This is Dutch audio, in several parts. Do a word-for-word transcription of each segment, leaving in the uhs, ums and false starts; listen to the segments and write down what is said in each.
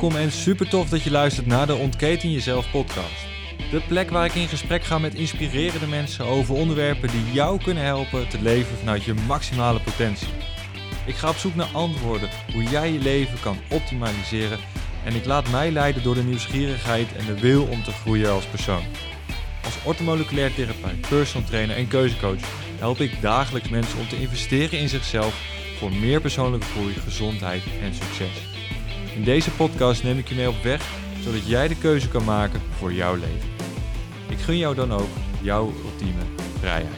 Welkom en super tof dat je luistert naar de Ontketen Jezelf podcast. De plek waar ik in gesprek ga met inspirerende mensen over onderwerpen die jou kunnen helpen te leven vanuit je maximale potentie. Ik ga op zoek naar antwoorden hoe jij je leven kan optimaliseren en ik laat mij leiden door de nieuwsgierigheid en de wil om te groeien als persoon. Als orthomoleculair therapeut, personal trainer en keuzecoach help ik dagelijks mensen om te investeren in zichzelf voor meer persoonlijke groei, gezondheid en succes. In deze podcast neem ik je mee op weg, zodat jij de keuze kan maken voor jouw leven. Ik gun jou dan ook jouw ultieme vrijheid.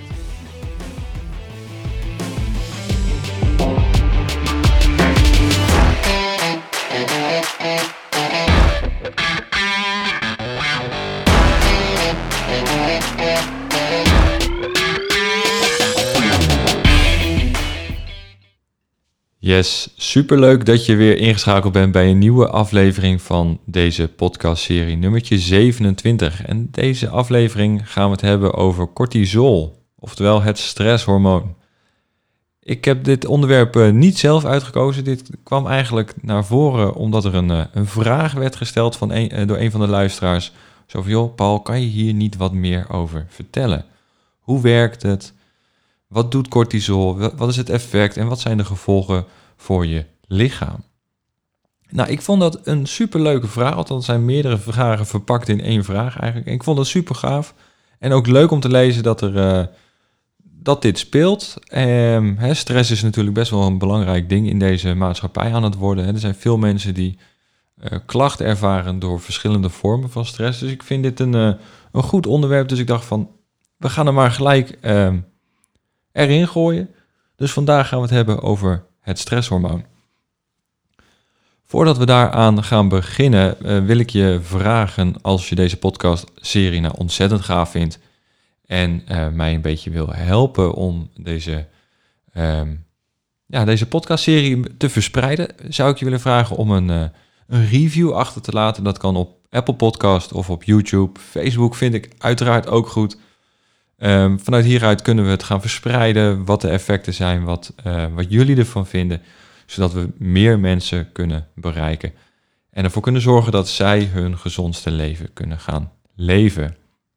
Yes, superleuk dat je weer ingeschakeld bent bij een nieuwe aflevering van deze podcastserie, nummertje zevenentwintig. En deze aflevering gaan we het hebben over cortisol, oftewel het stresshormoon. Ik heb dit onderwerp uh, niet zelf uitgekozen. Dit kwam eigenlijk naar voren omdat er een, uh, een vraag werd gesteld van een, uh, door een van de luisteraars. Zo van, joh, Paul, kan je hier niet wat meer over vertellen? Hoe werkt het? Wat doet cortisol? Wat is het effect? En wat zijn de gevolgen voor je lichaam? Nou, ik vond dat een superleuke vraag. Althans, er zijn meerdere vragen verpakt in één vraag eigenlijk. En ik vond het super gaaf. En ook leuk om te lezen dat, er, uh, dat dit speelt. Um, hè, stress is natuurlijk best wel een belangrijk ding in deze maatschappij aan het worden. Hè. Er zijn veel mensen die uh, klachten ervaren door verschillende vormen van stress. Dus ik vind dit een, uh, een goed onderwerp. Dus ik dacht van, we gaan er maar gelijk Uh, erin gooien. Dus vandaag gaan we het hebben over het stresshormoon. Voordat we daaraan gaan beginnen, uh, wil ik je vragen, als je deze podcastserie nou ontzettend gaaf vindt en uh, mij een beetje wil helpen om deze, um, ja, deze podcastserie te verspreiden, zou ik je willen vragen om een, uh, een review achter te laten. Dat kan op Apple Podcast of op YouTube. Facebook vind ik uiteraard ook goed. Um, vanuit hieruit kunnen we het gaan verspreiden, wat de effecten zijn, wat, uh, wat jullie ervan vinden, zodat we meer mensen kunnen bereiken en ervoor kunnen zorgen dat zij hun gezondste leven kunnen gaan leven.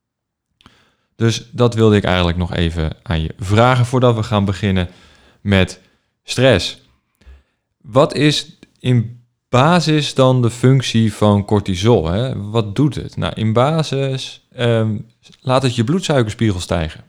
Dus dat wilde ik eigenlijk nog even aan je vragen voordat we gaan beginnen met stress. Wat is in basis dan de functie van cortisol? Hè? Wat doet het? Nou, in basis um, laat het je bloedsuikerspiegel stijgen.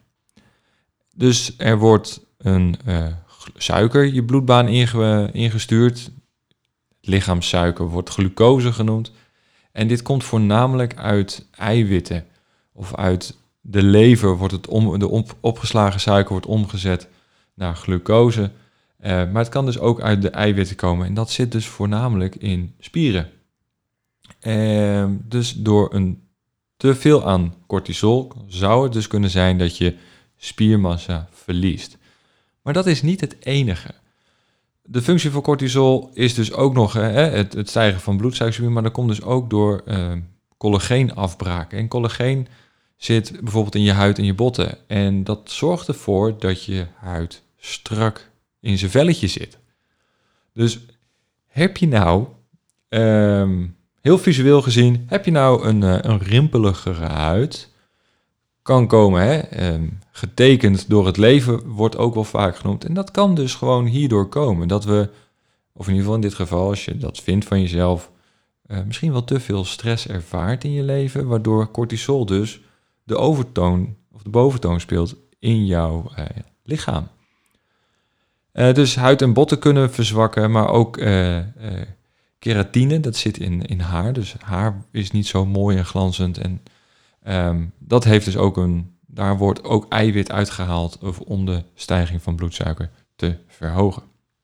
Dus er wordt een uh, suiker je bloedbaan inge- ingestuurd. Het lichaamssuiker wordt glucose genoemd. En dit komt voornamelijk uit eiwitten. Of uit de lever wordt het om, de op, opgeslagen suiker wordt omgezet naar glucose. Uh, maar het kan dus ook uit de eiwitten komen. En dat zit dus voornamelijk in spieren. Uh, dus door een te veel aan cortisol zou het dus kunnen zijn dat je spiermassa verliest. Maar dat is niet het enige. De functie van cortisol is dus ook nog hè, het, het stijgen van bloedsuikerspiegel, maar dat komt dus ook door uh, collageenafbraak. En collageen zit bijvoorbeeld in je huid en je botten. En dat zorgt ervoor dat je huid strak in zijn velletje zit. Dus heb je nou, um, heel visueel gezien, heb je nou een, uh, een rimpeligere huid, kan komen, hè, um, getekend door het leven, wordt ook wel vaak genoemd. En dat kan dus gewoon hierdoor komen, dat we, of in ieder geval in dit geval, als je dat vindt van jezelf, uh, misschien wel te veel stress ervaart in je leven, waardoor cortisol dus de overtoon, of de boventoon speelt in jouw uh, lichaam. Uh, dus huid en botten kunnen verzwakken, maar ook uh, uh, keratine, dat zit in, in haar. Dus haar is niet zo mooi en glanzend. En um, dat heeft dus ook een, daar wordt ook eiwit uitgehaald om de stijging van bloedsuiker te verhogen.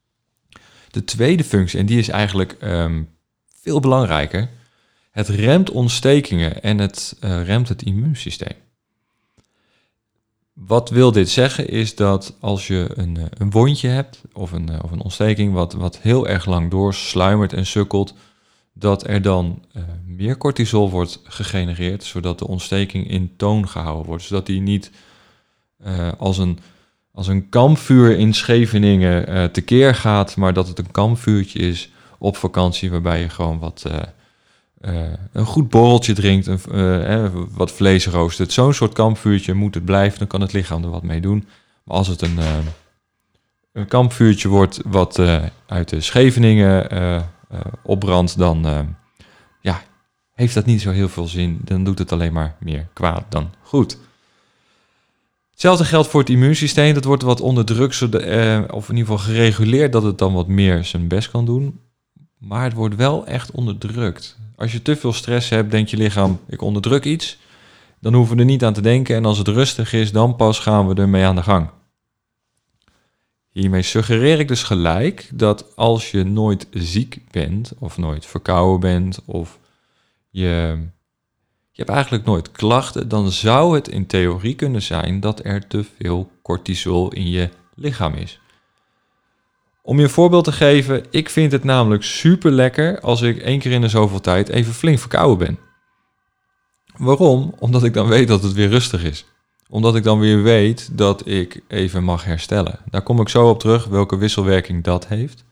De tweede functie, en die is eigenlijk um, veel belangrijker, het remt ontstekingen en het uh, remt het immuunsysteem. Wat wil dit zeggen is dat als je een, een wondje hebt of een, of een ontsteking wat, wat heel erg lang doorsluimert en sukkelt, dat er dan uh, meer cortisol wordt gegenereerd, zodat de ontsteking in toon gehouden wordt. Zodat die niet uh, als, een, als een kampvuur in Scheveningen uh, tekeer gaat, maar dat het een kampvuurtje is op vakantie waarbij je gewoon wat, uh, uh, een goed borreltje drinkt, een, uh, eh, wat vlees roostert. Zo'n soort kampvuurtje moet het blijven, dan kan het lichaam er wat mee doen. Maar als het een, uh, een kampvuurtje wordt wat uh, uit de Scheveningen uh, uh, opbrandt, dan uh, ja, heeft dat niet zo heel veel zin. Dan doet het alleen maar meer kwaad dan goed. Hetzelfde geldt voor het immuunsysteem. Dat wordt wat onderdrukt, zodat, uh, of in ieder geval gereguleerd, dat het dan wat meer zijn best kan doen. Maar het wordt wel echt onderdrukt. Als je te veel stress hebt, denkt je lichaam, ik onderdruk iets. Dan hoeven we er niet aan te denken. En als het rustig is, dan pas gaan we ermee aan de gang. Hiermee suggereer ik dus gelijk dat als je nooit ziek bent, of nooit verkouden bent, of je, je hebt eigenlijk nooit klachten, dan zou het in theorie kunnen zijn dat er te veel cortisol in je lichaam is. Om je een voorbeeld te geven, ik vind het namelijk super lekker als ik één keer in de zoveel tijd even flink verkouden ben. Waarom? Omdat ik dan weet dat het weer rustig is. Omdat ik dan weer weet dat ik even mag herstellen. Daar kom ik zo op terug, welke wisselwerking dat heeft.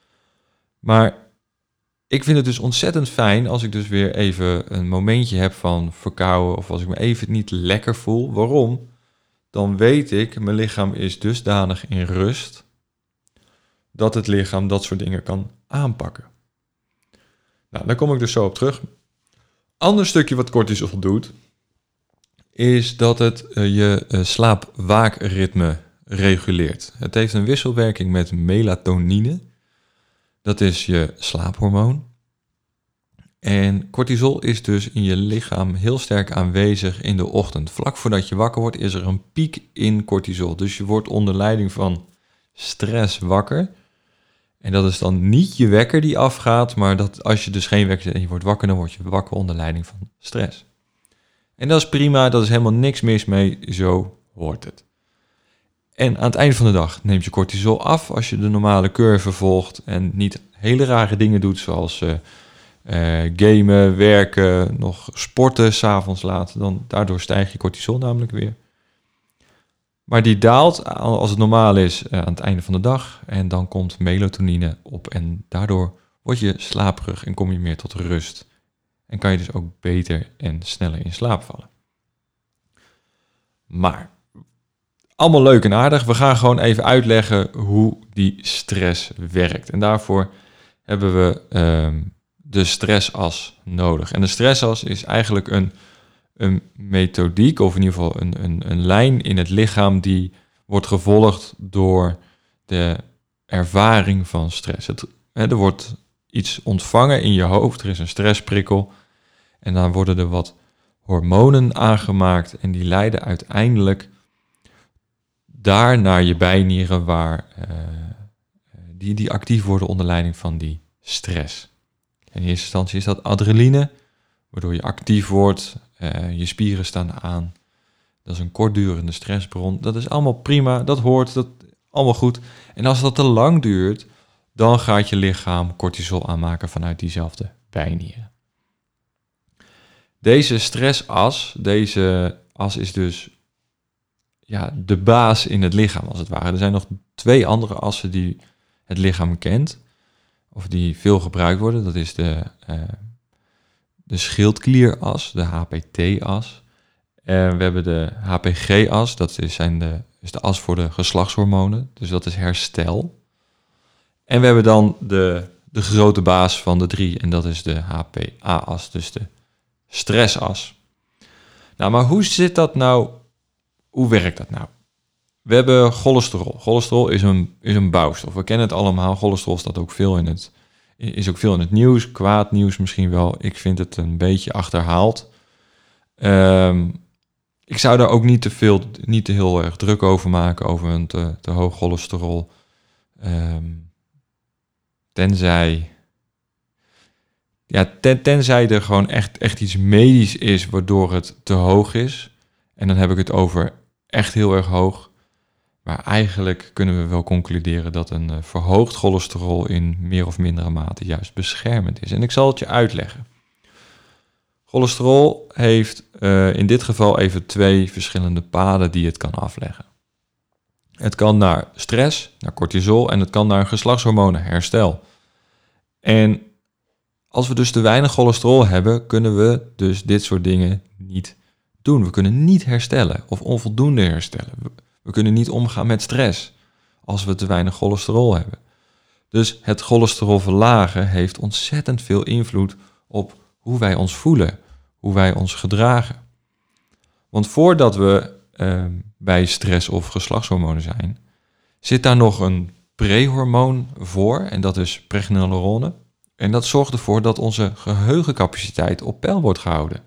Maar ik vind het dus ontzettend fijn als ik dus weer even een momentje heb van verkouden, of als ik me even niet lekker voel. Waarom? Dan weet ik, mijn lichaam is dusdanig in rust dat het lichaam dat soort dingen kan aanpakken. Nou, daar kom ik dus zo op terug. Ander stukje wat cortisol doet, is dat het uh, je uh, slaap-waakritme reguleert. Het heeft een wisselwerking met melatonine. Dat is je slaaphormoon. En cortisol is dus in je lichaam heel sterk aanwezig in de ochtend. Vlak voordat je wakker wordt is er een piek in cortisol. Dus je wordt onder leiding van stress wakker. En dat is dan niet je wekker die afgaat, maar dat als je dus geen wekker zet en je wordt wakker, dan word je wakker onder leiding van stress. En dat is prima, dat is helemaal niks mis mee, zo hoort het. En aan het einde van de dag neemt je cortisol af als je de normale curve volgt en niet hele rare dingen doet zoals uh, uh, gamen, werken, nog sporten 's avonds laat. Dan, daardoor stijgt je cortisol namelijk weer. Maar die daalt als het normaal is uh, aan het einde van de dag en dan komt melatonine op en daardoor word je slaperig en kom je meer tot rust. En kan je dus ook beter en sneller in slaap vallen. Maar, allemaal leuk en aardig. We gaan gewoon even uitleggen hoe die stress werkt. En daarvoor hebben we um, de stressas nodig. En de stressas is eigenlijk een, een methodiek, of in ieder geval een, een, een lijn in het lichaam die wordt gevolgd door de ervaring van stress. Het, hè, er wordt iets ontvangen in je hoofd, er is een stressprikkel en dan worden er wat hormonen aangemaakt en die leiden uiteindelijk daar naar je bijnieren waar uh, die, die actief worden onder leiding van die stress. In eerste instantie is dat adrenaline, waardoor je actief wordt, uh, je spieren staan aan. Dat is een kortdurende stressbron. Dat is allemaal prima, dat hoort, dat allemaal goed. En als dat te lang duurt, dan gaat je lichaam cortisol aanmaken vanuit diezelfde bijnieren. Deze stressas, deze as is dus ja, de baas in het lichaam als het ware. Er zijn nog twee andere assen die het lichaam kent, of die veel gebruikt worden. Dat is de, uh, de schildklieras, de H P T-as. En we hebben de H P G-as, dat is, zijn de, is de as voor de geslachtshormonen. Dus dat is herstel. En we hebben dan de, de grote baas van de drie, en dat is de H P A-as, dus de stressas. Nou, maar hoe zit dat nou? Hoe werkt dat nou? We hebben cholesterol. Cholesterol is een, is een bouwstof. We kennen het allemaal. Cholesterol staat ook veel in het, is ook veel in het nieuws. Kwaad nieuws misschien wel. Ik vind het een beetje achterhaald. Um, ik zou daar ook niet te veel, niet te heel erg druk over maken, over een te, te hoog cholesterol. Um, tenzij... Ja, ten, tenzij er gewoon echt, echt iets medisch is waardoor het te hoog is. En dan heb ik het over echt heel erg hoog. Maar eigenlijk kunnen we wel concluderen dat een uh, verhoogd cholesterol in meer of mindere mate juist beschermend is. En ik zal het je uitleggen. Cholesterol heeft uh, in dit geval even twee verschillende paden die het kan afleggen. Het kan naar stress, naar cortisol en het kan naar geslachtshormonen, herstel. En Als we dus te weinig cholesterol hebben, kunnen we dus dit soort dingen niet doen. We kunnen niet herstellen of onvoldoende herstellen. We, we kunnen niet omgaan met stress als we te weinig cholesterol hebben. Dus het cholesterol verlagen heeft ontzettend veel invloed op hoe wij ons voelen, hoe wij ons gedragen. Want voordat we uh, bij stress of geslachtshormonen zijn, zit daar nog een prehormoon voor en dat is pregnenolone. En dat zorgt ervoor dat onze geheugencapaciteit op peil wordt gehouden.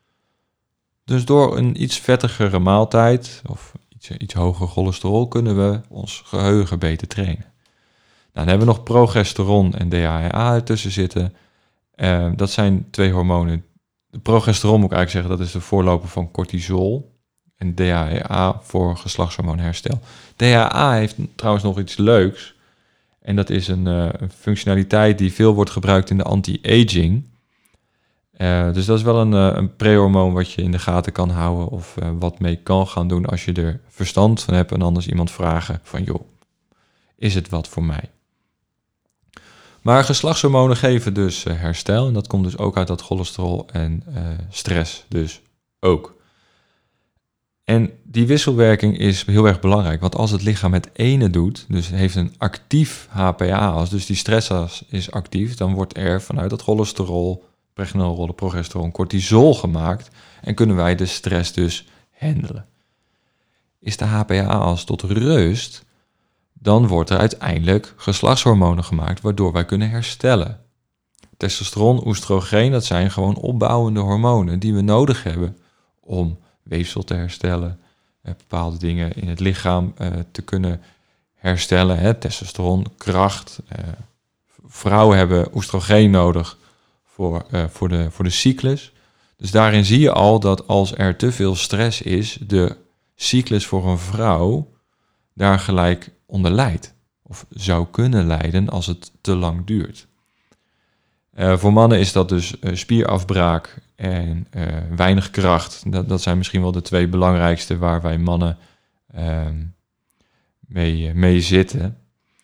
Dus door een iets vettigere maaltijd of iets, iets hoger cholesterol kunnen we ons geheugen beter trainen. Nou, dan hebben we nog progesteron en D H E A ertussen zitten. Uh, dat zijn twee hormonen. De progesteron moet ik eigenlijk zeggen, dat is de voorloper van cortisol. En D H E A voor geslachtshormoonherstel. D H E A heeft trouwens nog iets leuks. En dat is een, uh, een functionaliteit die veel wordt gebruikt in de anti-aging. Uh, dus dat is wel een, uh, een prehormoon wat je in de gaten kan houden of uh, wat mee kan gaan doen als je er verstand van hebt en anders iemand vragen van joh, is het wat voor mij? Maar geslachtshormonen geven dus uh, herstel en dat komt dus ook uit dat cholesterol en uh, stress dus ook. En die wisselwerking is heel erg belangrijk, want als het lichaam het ene doet, dus heeft een actief H P A-as, dus die stressas is actief, dan wordt er vanuit dat cholesterol, pregnenolone, progesteron, cortisol gemaakt en kunnen wij de stress dus handelen. Is de H P A-as tot rust, dan wordt er uiteindelijk geslachtshormonen gemaakt, waardoor wij kunnen herstellen. Testosteron, oestrogeen, dat zijn gewoon opbouwende hormonen die we nodig hebben om weefsel te herstellen, eh, bepaalde dingen in het lichaam eh, te kunnen herstellen. Hè. Testosteron, kracht. Eh, vrouwen hebben oestrogeen nodig voor, uh, voor, de, voor de cyclus. Dus daarin zie je al dat als er te veel stress is, de cyclus voor een vrouw daar gelijk onder lijdt. Of zou kunnen lijden als het te lang duurt. Uh, voor mannen is dat dus uh, spierafbraak en uh, weinig kracht. Dat, dat zijn misschien wel de twee belangrijkste waar wij mannen uh, mee, mee zitten.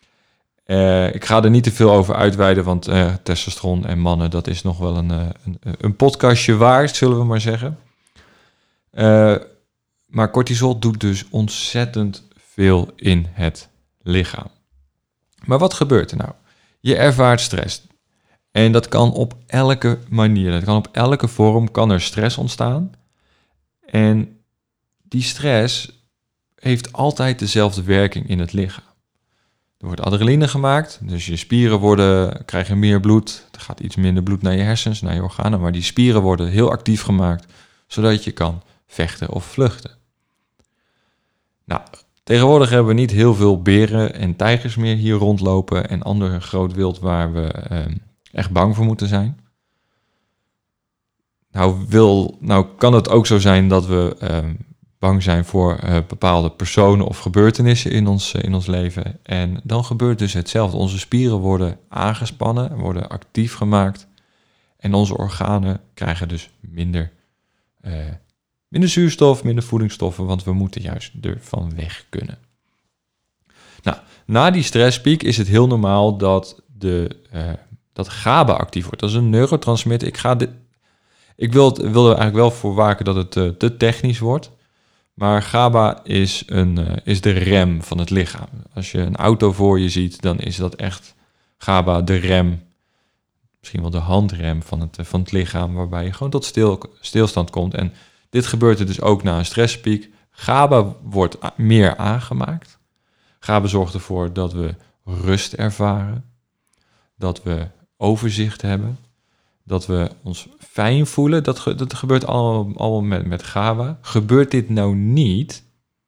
Uh, ik ga er niet te veel over uitweiden, want uh, testosteron en mannen, dat is nog wel een, uh, een, een podcastje waard, zullen we maar zeggen. Uh, maar cortisol doet dus ontzettend veel in het lichaam. Maar wat gebeurt er nou? Je ervaart stress. En dat kan op elke manier, dat kan op elke vorm, kan er stress ontstaan. En die stress heeft altijd dezelfde werking in het lichaam. Er wordt adrenaline gemaakt, dus je spieren worden, krijgen meer bloed. Er gaat iets minder bloed naar je hersens, naar je organen, maar die spieren worden heel actief gemaakt, zodat je kan vechten of vluchten. Nou, tegenwoordig hebben we niet heel veel beren en tijgers meer hier rondlopen en ander groot wild waar we eh, echt bang voor moeten zijn. Nou, wil, nou kan het ook zo zijn dat we eh, bang zijn voor uh, bepaalde personen of gebeurtenissen in ons, uh, in ons leven. En dan gebeurt dus hetzelfde. Onze spieren worden aangespannen, worden actief gemaakt. En onze organen krijgen dus minder, uh, minder zuurstof, minder voedingsstoffen, want we moeten juist ervan weg kunnen. Nou, na die stresspiek is het heel normaal dat, de, uh, dat GABA actief wordt. Dat is een neurotransmitter. Ik, ga dit, ik wil, het, wil er eigenlijk wel voor waken dat het uh, te technisch wordt. Maar GABA is, een, uh, is de rem van het lichaam. Als je een auto voor je ziet, dan is dat echt GABA de rem. Misschien wel de handrem van het, uh, van het lichaam, waarbij je gewoon tot stil, stilstand komt. En dit gebeurt er dus ook na een stresspiek. GABA wordt a- meer aangemaakt. GABA zorgt ervoor dat we rust ervaren. Dat we overzicht hebben. Dat we ons fijn voelen, dat, ge, dat gebeurt allemaal, allemaal met, met GABA. Gebeurt dit nou niet,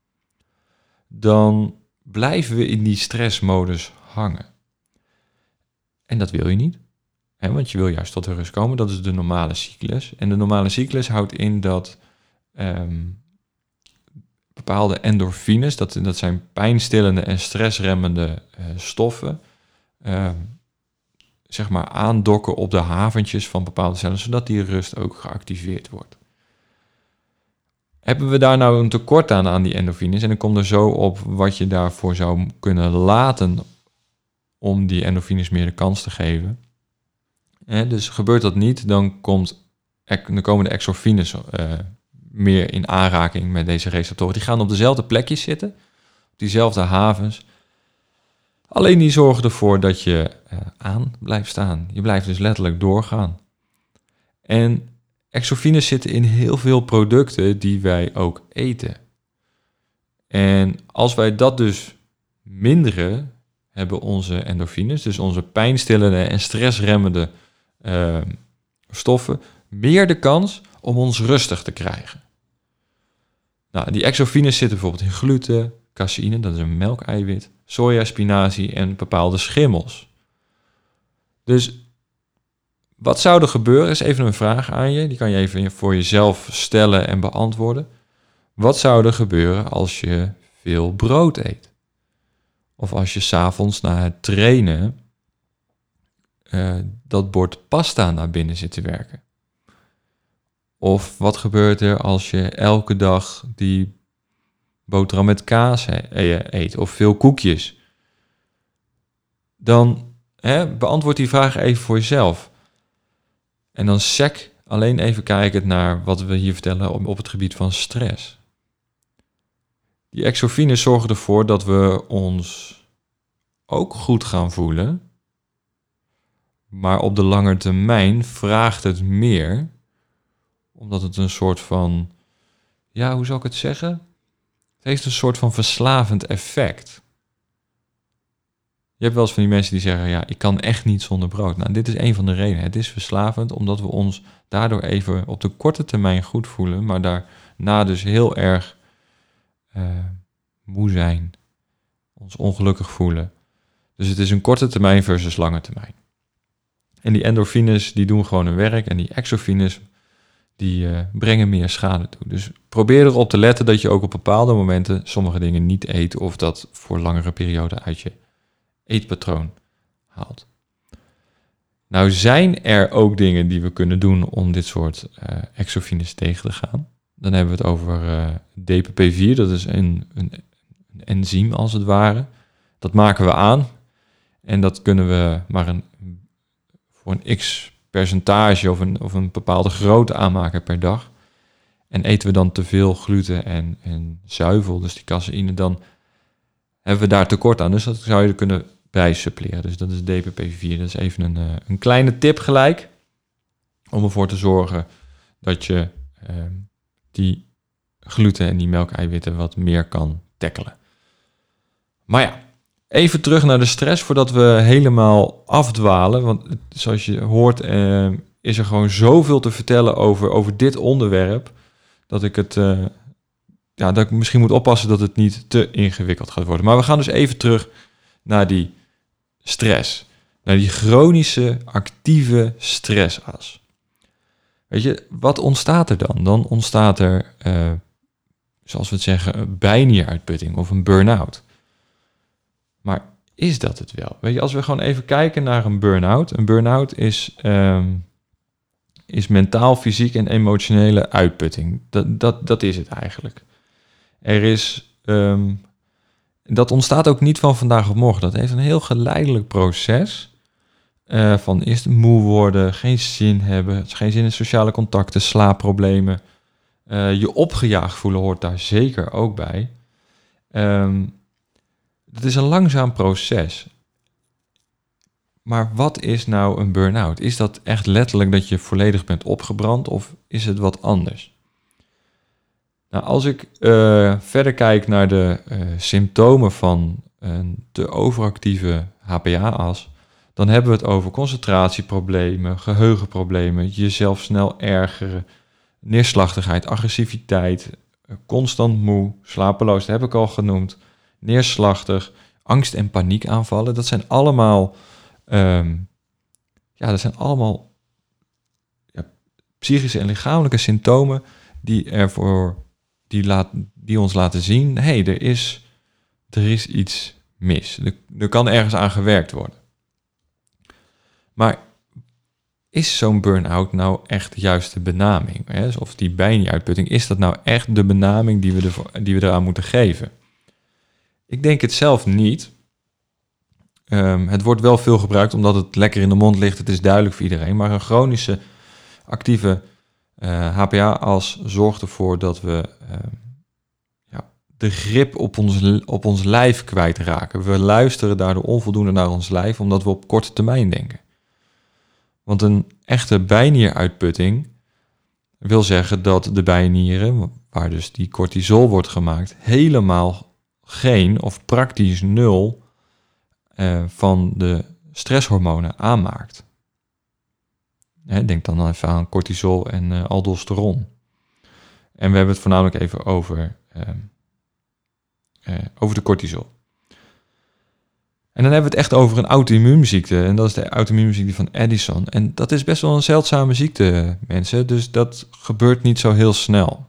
dan blijven we in die stressmodus hangen. En dat wil je niet, hè, want je wil juist tot de rust komen. Dat is de normale cyclus. En de normale cyclus houdt in dat um, bepaalde endorfines, dat, dat zijn pijnstillende en stressremmende uh, stoffen, um, zeg maar aandokken op de haventjes van bepaalde cellen, zodat die rust ook geactiveerd wordt. Hebben we daar nou een tekort aan, aan die endorfines? En ik kom er zo op wat je daarvoor zou kunnen laten om die endorfines meer de kans te geven. Hè, dus gebeurt dat niet, dan, komt, dan komen de exorfines uh, meer in aanraking met deze receptoren. Die gaan op dezelfde plekjes zitten, op diezelfde havens. Alleen die zorgen ervoor dat je uh, aan blijft staan. Je blijft dus letterlijk doorgaan. En exorfines zitten in heel veel producten die wij ook eten. En als wij dat dus minderen, hebben onze endorfines, dus onze pijnstillende en stressremmende uh, stoffen, meer de kans om ons rustig te krijgen. Nou, die exorfines zitten bijvoorbeeld in gluten, caseïne, dat is een melkeiwit, soja, spinazie en bepaalde schimmels. Dus wat zou er gebeuren, is even een vraag aan je, die kan je even voor jezelf stellen en beantwoorden. Wat zou er gebeuren als je veel brood eet? Of als je 's avonds na het trainen uh, dat bord pasta naar binnen zit te werken? Of wat gebeurt er als je elke dag die boterham met kaas eet of veel koekjes? Dan hè, beantwoord die vraag even voor jezelf. En dan sec alleen even kijken naar wat we hier vertellen op, op het gebied van stress. Die exorfines zorgen ervoor dat we ons ook goed gaan voelen. Maar op de lange termijn vraagt het meer, omdat het een soort van, ja, hoe zou ik het zeggen? Het heeft een soort van verslavend effect. Je hebt wel eens van die mensen die zeggen, ja, ik kan echt niet zonder brood. Nou, dit is een van de redenen. Het is verslavend, omdat we ons daardoor even op de korte termijn goed voelen, maar daarna dus heel erg uh, moe zijn, ons ongelukkig voelen. Dus het is een korte termijn versus lange termijn. En die endorfines, die doen gewoon hun werk. En die exorfines, die uh, brengen meer schade toe. Dus probeer erop te letten dat je ook op bepaalde momenten sommige dingen niet eet, of dat voor langere perioden uit je eetpatroon haalt. Nou zijn er ook dingen die we kunnen doen om dit soort uh, exorfines tegen te gaan. Dan hebben we het over uh, D P P vier, dat is een, een, een enzym als het ware. Dat maken we aan en dat kunnen we maar een, voor een x percentage of een, of een bepaalde grootte aanmaken per dag. En eten we dan te veel gluten en, en zuivel, dus die caseïne, dan hebben we daar tekort aan. Dus dat zou je kunnen bijsuppleren. Dus dat is D P P vier. Dat is even een, uh, een kleine tip gelijk, om ervoor te zorgen dat je uh, die gluten en die melkeiwitten wat meer kan tackelen. Maar ja, even terug naar de stress voordat we helemaal afdwalen. Want zoals je hoort uh, is er gewoon zoveel te vertellen over, over dit onderwerp, dat ik het uh, ja, dat ik misschien moet oppassen dat het niet te ingewikkeld gaat worden. Maar we gaan dus even terug naar die stress. Naar die chronische, actieve stressas. Weet je, wat ontstaat er dan? Dan ontstaat er, uh, zoals we het zeggen, een bijnieruitputting of een burn-out. Maar is dat het wel? Weet je, als we gewoon even kijken naar een burn-out. Een burn-out is, um, is mentaal, fysiek en emotionele uitputting. Dat, dat, dat is het eigenlijk. Er is, um, dat ontstaat ook niet van vandaag op morgen. Dat heeft een heel geleidelijk proces. Uh, van eerst moe worden, geen zin hebben, geen zin in sociale contacten, slaapproblemen. Uh, je opgejaagd voelen hoort daar zeker ook bij. Um, het is een langzaam proces. Maar wat is nou een burn-out? Is dat echt letterlijk dat je volledig bent opgebrand of is het wat anders? Nou, als ik uh, verder kijk naar de uh, symptomen van een te overactieve H P A-as, dan hebben we het over concentratieproblemen, geheugenproblemen, jezelf snel ergeren, neerslachtigheid, agressiviteit, constant moe, slapeloos, dat heb ik al genoemd, neerslachtig, angst- en paniekaanvallen. Dat zijn allemaal, um, ja, dat zijn allemaal ja, psychische en lichamelijke symptomen die ervoor Die, laat, die ons laten zien, hé, hey, er, is, er is iets mis. Er, er kan ergens aan gewerkt worden. Maar is zo'n burn-out nou echt de juiste benaming? Hè? Of die bijnieruitputting, is dat nou echt de benaming die we, ervoor, die we eraan moeten geven? Ik denk het zelf niet. Um, het wordt wel veel gebruikt omdat het lekker in de mond ligt. Het is duidelijk voor iedereen. Maar een chronische actieve uh, H P A-as zorgt ervoor dat we uh, ja, de grip op ons, op ons lijf kwijtraken. We luisteren daardoor onvoldoende naar ons lijf omdat we op korte termijn denken. Want een echte bijnieruitputting wil zeggen dat de bijnieren, waar dus die cortisol wordt gemaakt, helemaal geen of praktisch nul uh, van de stresshormonen aanmaakt. Hè, denk dan even aan cortisol en uh, aldosteron. En we hebben het voornamelijk even over, uh, uh, over de cortisol. En dan hebben we het echt over een auto-immuunziekte. En dat is de auto-immuunziekte van Addison. En dat is best wel een zeldzame ziekte, mensen. Dus dat gebeurt niet zo heel snel.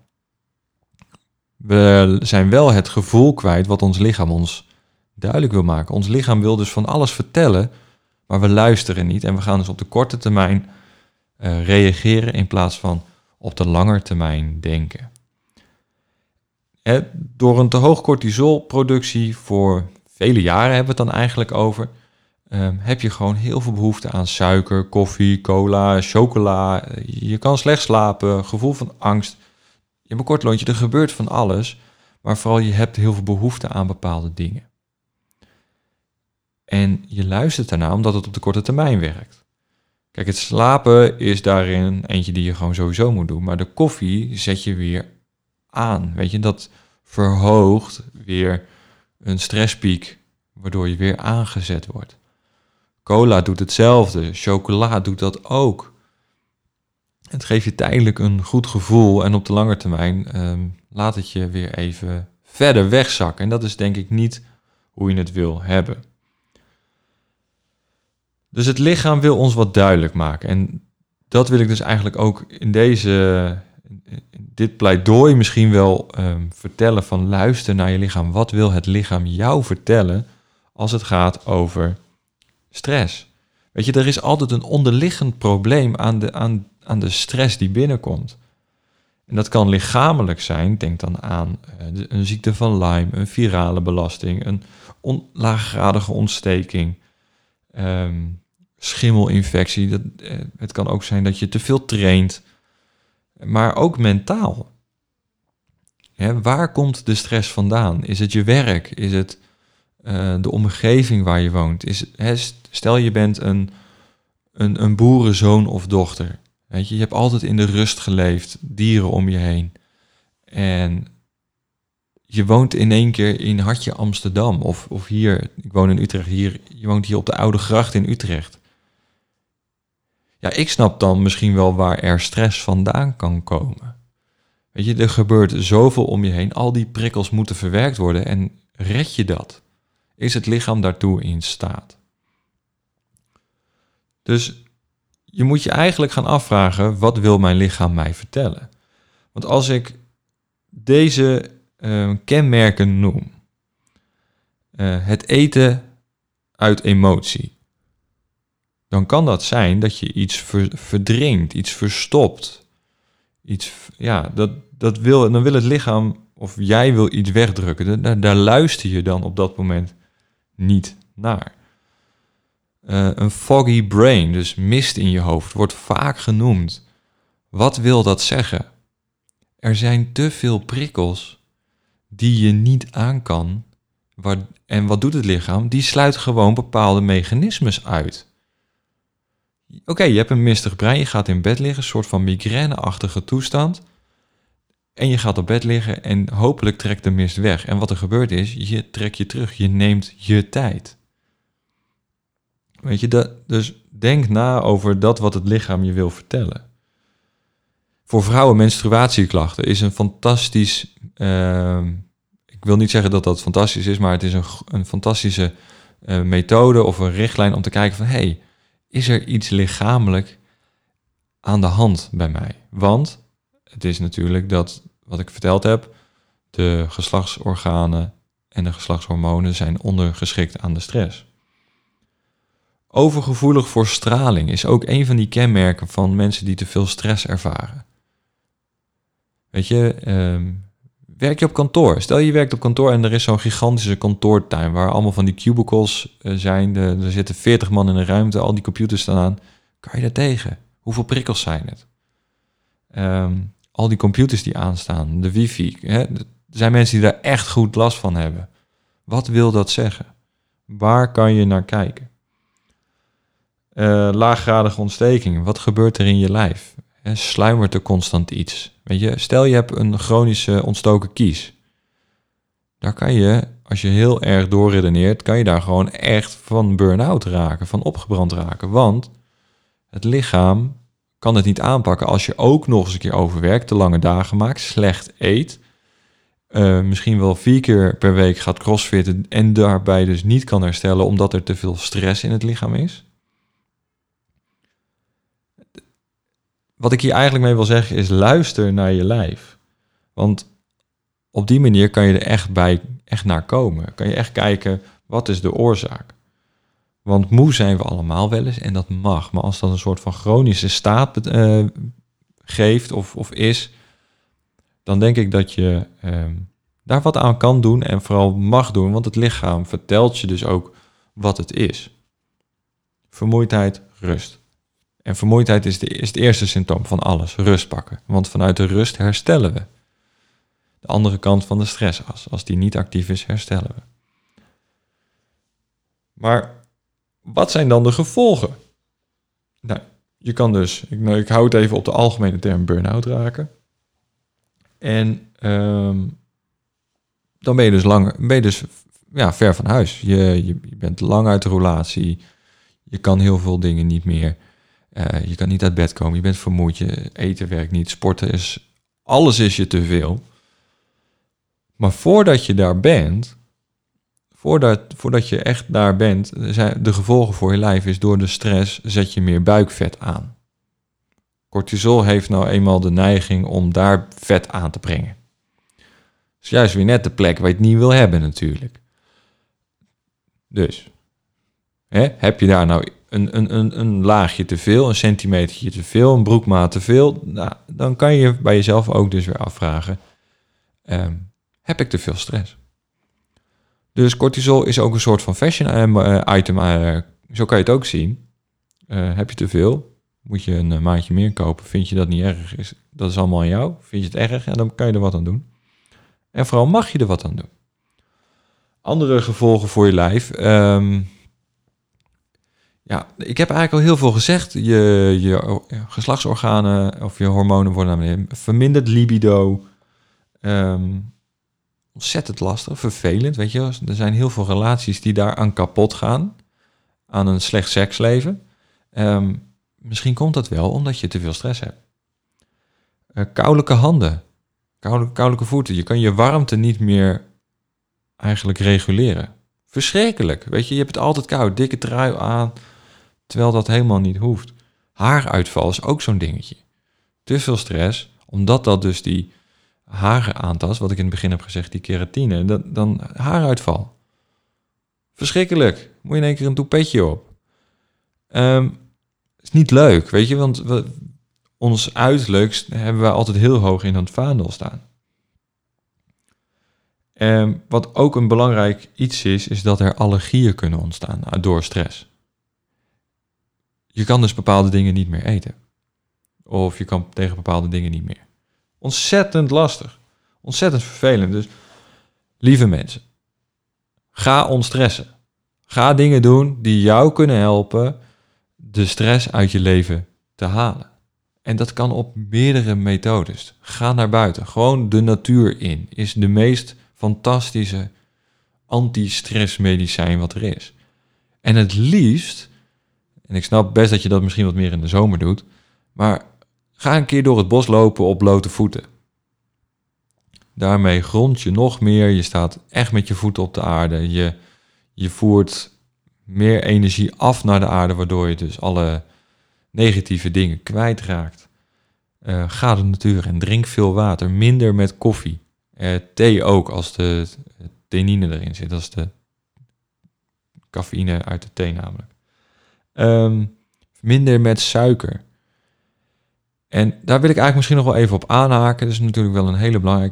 We zijn wel het gevoel kwijt wat ons lichaam ons duidelijk wil maken. Ons lichaam wil dus van alles vertellen, maar we luisteren niet. En we gaan dus op de korte termijn uh, reageren in plaats van op de lange termijn denken. He, door een te hoog cortisolproductie voor vele jaren hebben we het dan eigenlijk over, um, heb je gewoon heel veel behoefte aan suiker, koffie, cola, chocola. Je kan slecht slapen, gevoel van angst. Je hebt een kort lontje, er gebeurt van alles, maar vooral je hebt heel veel behoefte aan bepaalde dingen. En je luistert daarna omdat het op de korte termijn werkt. Kijk, het slapen is daarin eentje die je gewoon sowieso moet doen, maar de koffie zet je weer aan. Weet je, dat verhoogt weer een stresspiek, waardoor je weer aangezet wordt. Cola doet hetzelfde, chocola doet dat ook. Het geeft je tijdelijk een goed gevoel en op de lange termijn um, laat het je weer even verder wegzakken. En dat is denk ik niet hoe je het wil hebben. Dus het lichaam wil ons wat duidelijk maken. En dat wil ik dus eigenlijk ook in deze, in dit pleidooi misschien wel um, vertellen van luister naar je lichaam. Wat wil het lichaam jou vertellen als het gaat over stress? Weet je, er is altijd een onderliggend probleem aan de, aan, aan de stress die binnenkomt. En dat kan lichamelijk zijn. Denk dan aan uh, een ziekte van Lyme, een virale belasting, een on, laaggradige ontsteking, um, schimmelinfectie. Dat, uh, het kan ook zijn dat je te veel traint, maar ook mentaal. Hè, waar komt de stress vandaan? Is het je werk? Is het uh, de omgeving waar je woont? Is, hè, stel je bent een, een, een boerenzoon of dochter. Weet je, je hebt altijd in de rust geleefd, dieren om je heen. En je woont in één keer in Hartje Amsterdam. Of, of hier, ik woon in Utrecht, hier, je woont hier op de Oude Gracht in Utrecht. Ja, ik snap dan misschien wel waar er stress vandaan kan komen. Weet je, er gebeurt zoveel om je heen. Al die prikkels moeten verwerkt worden. En red je dat? Is het lichaam daartoe in staat? Dus je moet je eigenlijk gaan afvragen, wat wil mijn lichaam mij vertellen? Want als ik deze uh, kenmerken noem, uh, het eten uit emotie, dan kan dat zijn dat je iets ver, verdringt, iets verstopt. Iets, ja, dat, dat wil, dan wil het lichaam, of jij wil iets wegdrukken. Daar, daar luister je dan op dat moment niet naar. Uh, een foggy brain, dus mist in je hoofd, wordt vaak genoemd. Wat wil dat zeggen? Er zijn te veel prikkels die je niet aan kan. Waar, en wat doet het lichaam? Die sluit gewoon bepaalde mechanismes uit. Oké, okay, je hebt een mistig brein, je gaat in bed liggen, een soort van migraineachtige toestand. En je gaat op bed liggen en hopelijk trekt de mist weg. En wat er gebeurt is, je trekt je terug, je neemt je tijd. Weet je, dat, dus denk na over dat wat het lichaam je wil vertellen. Voor vrouwen menstruatieklachten is een fantastisch, uh, ik wil niet zeggen dat dat fantastisch is, maar het is een, een fantastische uh, methode of een richtlijn om te kijken van, hey, is er iets lichamelijk aan de hand bij mij? Want het is natuurlijk dat, wat ik verteld heb, de geslachtsorganen en de geslachtshormonen zijn ondergeschikt aan de stress. Overgevoelig voor straling is ook een van die kenmerken van mensen die te veel stress ervaren. Weet je, um, werk je op kantoor? Stel je werkt op kantoor en er is zo'n gigantische kantoortuin waar allemaal van die cubicles uh, zijn. De, er zitten veertig man in een ruimte, al die computers staan aan. Kan je daar tegen? Hoeveel prikkels zijn het? Um, al die computers die aanstaan, de wifi. Hè? Er zijn mensen die daar echt goed last van hebben. Wat wil dat zeggen? Waar kan je naar kijken? Uh, laaggradige ontstekingen. Wat gebeurt er in je lijf? He, sluimert er constant iets? Weet je, stel je hebt een chronische ontstoken kies. Daar kan je, als je heel erg doorredeneert, kan je daar gewoon echt van burn-out raken, van opgebrand raken. Want het lichaam kan het niet aanpakken als je ook nog eens een keer overwerkt, te lange dagen maakt, slecht eet, uh, misschien wel vier keer per week gaat crossfitten en daarbij dus niet kan herstellen omdat er te veel stress in het lichaam is. Wat ik hier eigenlijk mee wil zeggen is luister naar je lijf. Want op die manier kan je er echt, bij, echt naar komen. Kan je echt kijken, wat is de oorzaak? Want moe zijn we allemaal wel eens en dat mag. Maar als dat een soort van chronische staat uh, geeft of, of is, dan denk ik dat je uh, daar wat aan kan doen en vooral mag doen. Want het lichaam vertelt je dus ook wat het is. Vermoeidheid, rust. En vermoeidheid is, de, is het eerste symptoom van alles. Rust pakken. Want vanuit de rust herstellen we. De andere kant van de stressas. Als die niet actief is, herstellen we. Maar wat zijn dan de gevolgen? Nou, je kan dus... Ik, nou, ik hou het even op de algemene term burn-out raken. En um, dan ben je dus, lang, ben je dus ja, ver van huis. Je, je, je bent lang uit de relatie. Je kan heel veel dingen niet meer... Uh, je kan niet uit bed komen, je bent vermoeid, je eten werkt niet, sporten is... Alles is je te veel. Maar voordat je daar bent, voordat, voordat je echt daar bent... Zijn de gevolgen voor je lijf is door de stress zet je meer buikvet aan. Cortisol heeft nou eenmaal de neiging om daar vet aan te brengen. Dus juist weer net de plek waar je het niet wil hebben natuurlijk. Dus, hè, heb je daar nou... Een, een, een, een laagje te veel, een centimetertje te veel, een broekmaat te veel, nou, dan kan je bij jezelf ook dus weer afvragen, um, heb ik te veel stress? Dus cortisol is ook een soort van fashion uh, item, uh, zo kan je het ook zien. Uh, heb je te veel, moet je een uh, maatje meer kopen, vind je dat niet erg, is, dat is allemaal aan jou, vind je het erg, en dan kan je er wat aan doen. En vooral mag je er wat aan doen. Andere gevolgen voor je lijf... Um, Ja, ik heb eigenlijk al heel veel gezegd. Je, je geslachtsorganen of je hormonen worden naar beneden. Verminderd libido. Um, ontzettend lastig, vervelend, weet je. Er zijn heel veel relaties die daaraan kapot gaan. Aan een slecht seksleven. Um, misschien komt dat wel omdat je te veel stress hebt. Uh, koulijke handen. Koude, koulijke voeten. Je kan je warmte niet meer eigenlijk reguleren. Verschrikkelijk. Weet je, je hebt het altijd koud. Dikke trui aan... Terwijl dat helemaal niet hoeft. Haaruitval is ook zo'n dingetje. Te veel stress, omdat dat dus die haren aantast, wat ik in het begin heb gezegd, die keratine, dat, dan haaruitval. Verschrikkelijk. Moet je in één keer een toepetje op. Um, is niet leuk, weet je, want we, ons uiterlijk hebben we altijd heel hoog in het vaandel staan. Um, wat ook een belangrijk iets is, is dat er allergieën kunnen ontstaan door stress. Je kan dus bepaalde dingen niet meer eten. Of je kan tegen bepaalde dingen niet meer. Ontzettend lastig. Ontzettend vervelend. Dus, lieve mensen, ga ontstressen. Ga dingen doen die jou kunnen helpen de stress uit je leven te halen. En dat kan op meerdere methodes. Ga naar buiten. Gewoon de natuur in. Is de meest fantastische anti-stressmedicijn wat er is. En het liefst... En ik snap best dat je dat misschien wat meer in de zomer doet. Maar ga een keer door het bos lopen op blote voeten. Daarmee grond je nog meer. Je staat echt met je voeten op de aarde. Je, je voert meer energie af naar de aarde, waardoor je dus alle negatieve dingen kwijtraakt. Uh, ga de natuur en drink veel water. Minder met koffie. Uh, thee ook, als de theanine erin zit. Dat is de cafeïne uit de thee namelijk. Um, minder met suiker. En daar wil ik eigenlijk misschien nog wel even op aanhaken. Dat is natuurlijk wel een hele belangrijke.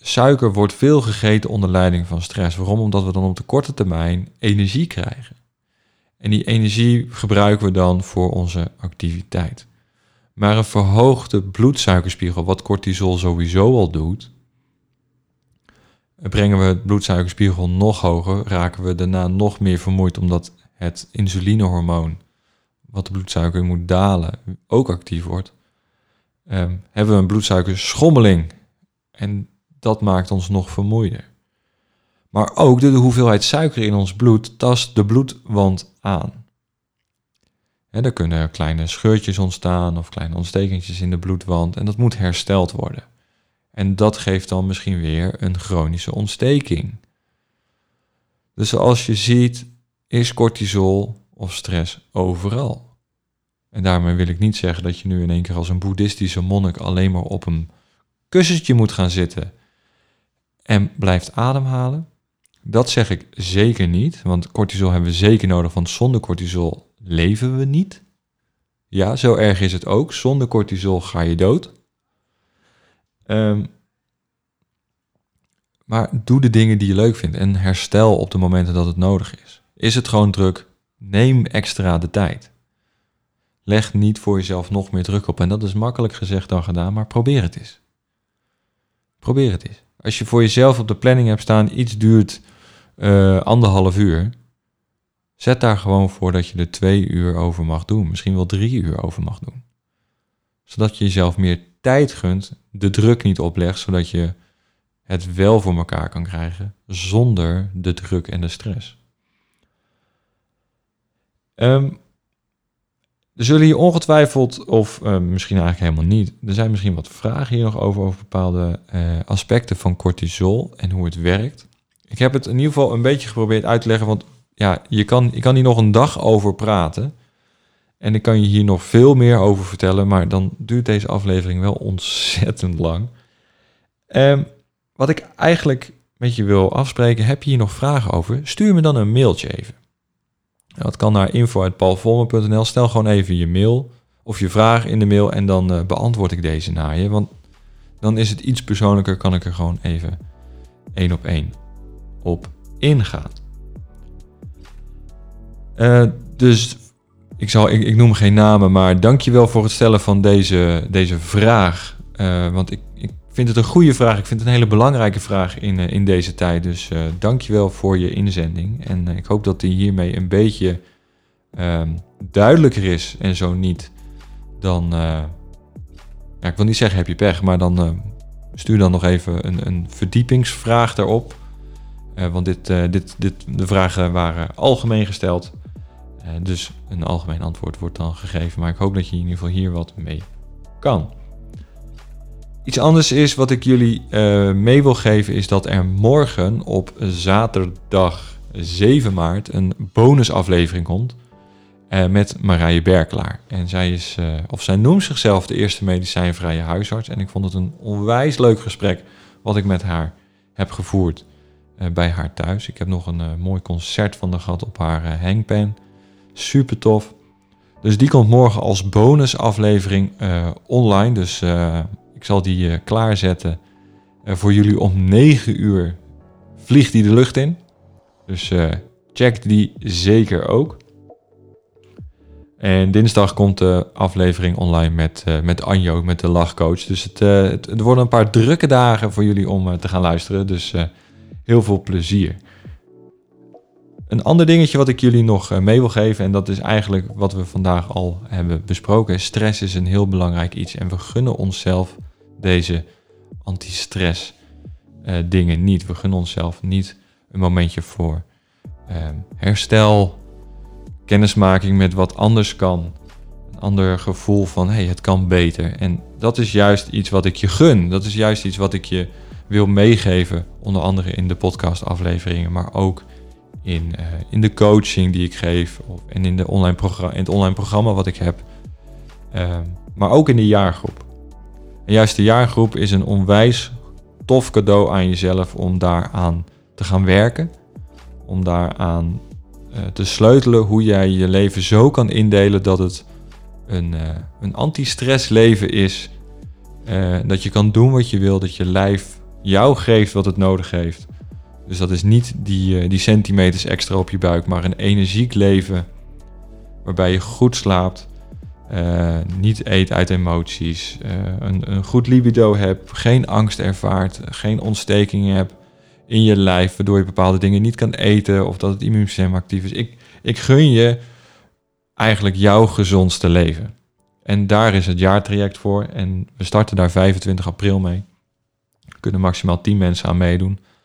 suiker wordt veel gegeten onder leiding van stress. Waarom? Omdat we dan op de korte termijn energie krijgen. En die energie gebruiken we dan voor onze activiteit. Maar een verhoogde bloedsuikerspiegel, wat cortisol sowieso al doet, brengen we het bloedsuikerspiegel nog hoger, raken we daarna nog meer vermoeid, omdat het insulinehormoon, wat de bloedsuiker moet dalen, ook actief wordt. Um, hebben we een bloedsuikerschommeling en dat maakt ons nog vermoeider. Maar ook de, de hoeveelheid suiker in ons bloed tast de bloedwand aan. En er kunnen kleine scheurtjes ontstaan of kleine ontstekentjes in de bloedwand en dat moet hersteld worden. En dat geeft dan misschien weer een chronische ontsteking. Dus zoals je ziet is cortisol of stress overal. En daarmee wil ik niet zeggen dat je nu in één keer als een boeddhistische monnik alleen maar op een kussentje moet gaan zitten en blijft ademhalen. Dat zeg ik zeker niet, want cortisol hebben we zeker nodig, want zonder cortisol leven we niet. Ja, zo erg is het ook. Zonder cortisol ga je dood. Um, maar doe de dingen die je leuk vindt en herstel op de momenten dat het nodig is. Is het gewoon druk? Neem extra de tijd. Leg niet voor jezelf nog meer druk op. En dat is makkelijk gezegd dan gedaan, maar probeer het eens. Probeer het eens. Als je voor jezelf op de planning hebt staan, iets duurt uh, anderhalf uur. Zet daar gewoon voor dat je er twee uur over mag doen. Misschien wel drie uur over mag doen. Zodat je jezelf meer tijd gunt, de druk niet oplegt, zodat je het wel voor elkaar kan krijgen zonder de druk en de stress. Um, er zullen hier ongetwijfeld, of uh, misschien eigenlijk helemaal niet, er zijn misschien wat vragen hier nog over, over bepaalde uh, aspecten van cortisol en hoe het werkt. Ik heb het in ieder geval een beetje geprobeerd uit te leggen, want ja, je kan, je kan hier nog een dag over praten. En ik kan je hier nog veel meer over vertellen, maar dan duurt deze aflevering wel ontzettend lang. Um, wat ik eigenlijk met je wil afspreken, heb je hier nog vragen over? Stuur me dan een mailtje even. Dat kan naar info at paul volmer punt n l. Stel gewoon even je mail of je vraag in de mail en dan uh, beantwoord ik deze naar je. Want dan is het iets persoonlijker, kan ik er gewoon even één op één op ingaan. Uh, dus ik, zal, ik, ik noem geen namen, maar dankjewel voor het stellen van deze, deze vraag. Uh, want ik, ik vind het een goede vraag. Ik vind het een hele belangrijke vraag in, uh, in deze tijd. Dus uh, dankjewel voor je inzending. En uh, ik hoop dat die hiermee een beetje uh, duidelijker is. En zo niet, dan... Uh, ja, ik wil niet zeggen heb je pech, maar dan uh, stuur dan nog even een, een verdiepingsvraag daarop. Uh, want dit, uh, dit, dit, de vragen waren algemeen gesteld. Uh, dus een algemeen antwoord wordt dan gegeven. Maar ik hoop dat je in ieder geval hier wat mee kan. Iets anders is wat ik jullie uh, mee wil geven, is dat er morgen op zaterdag zeven maart een bonusaflevering komt uh, met Marije Berklaar. En zij is, uh, of zij noemt zichzelf de eerste medicijnvrije huisarts. En ik vond het een onwijs leuk gesprek wat ik met haar heb gevoerd uh, bij haar thuis. Ik heb nog een uh, mooi concert van haar gehad op haar uh, hangpan. Super tof. Dus die komt morgen als bonusaflevering uh, online. Dus uh, ik zal die uh, klaarzetten uh, voor jullie om negen uur. Vliegt die de lucht in. Dus uh, check die zeker ook. En dinsdag komt de aflevering online met, uh, met Anjo, met de lachcoach. Dus het, uh, het, het worden een paar drukke dagen voor jullie om uh, te gaan luisteren. Dus uh, heel veel plezier. Een ander dingetje wat ik jullie nog uh, mee wil geven, en dat is eigenlijk wat we vandaag al hebben besproken. Stress is een heel belangrijk iets en we gunnen onszelf deze anti-stress uh, dingen niet. We gunnen onszelf niet een momentje voor uh, herstel, kennismaking met wat anders kan. Een ander gevoel van, hey, het kan beter. En dat is juist iets wat ik je gun. Dat is juist iets wat ik je wil meegeven, onder andere in de podcastafleveringen, maar ook in, uh, in de coaching die ik geef of, en in, de online progr- in het online programma wat ik heb. Uh, maar ook in de jaargroep. En juist de jaargroep is een onwijs tof cadeau aan jezelf om daaraan te gaan werken. Om daaraan uh, te sleutelen hoe jij je leven zo kan indelen dat het een, uh, een anti-stress leven is. Uh, dat je kan doen wat je wil, dat je lijf jou geeft wat het nodig heeft. Dus dat is niet die, uh, die centimeters extra op je buik, maar een energiek leven waarbij je goed slaapt, uh, niet eet uit emoties, uh, een, een goed libido hebt, geen angst ervaart, geen ontstekingen hebt in je lijf, waardoor je bepaalde dingen niet kan eten of dat het immuunsysteem actief is. Ik, ik gun je eigenlijk jouw gezondste leven. En daar is het jaartraject voor en we starten daar vijfentwintig april mee. Er kunnen maximaal tien mensen aan meedoen.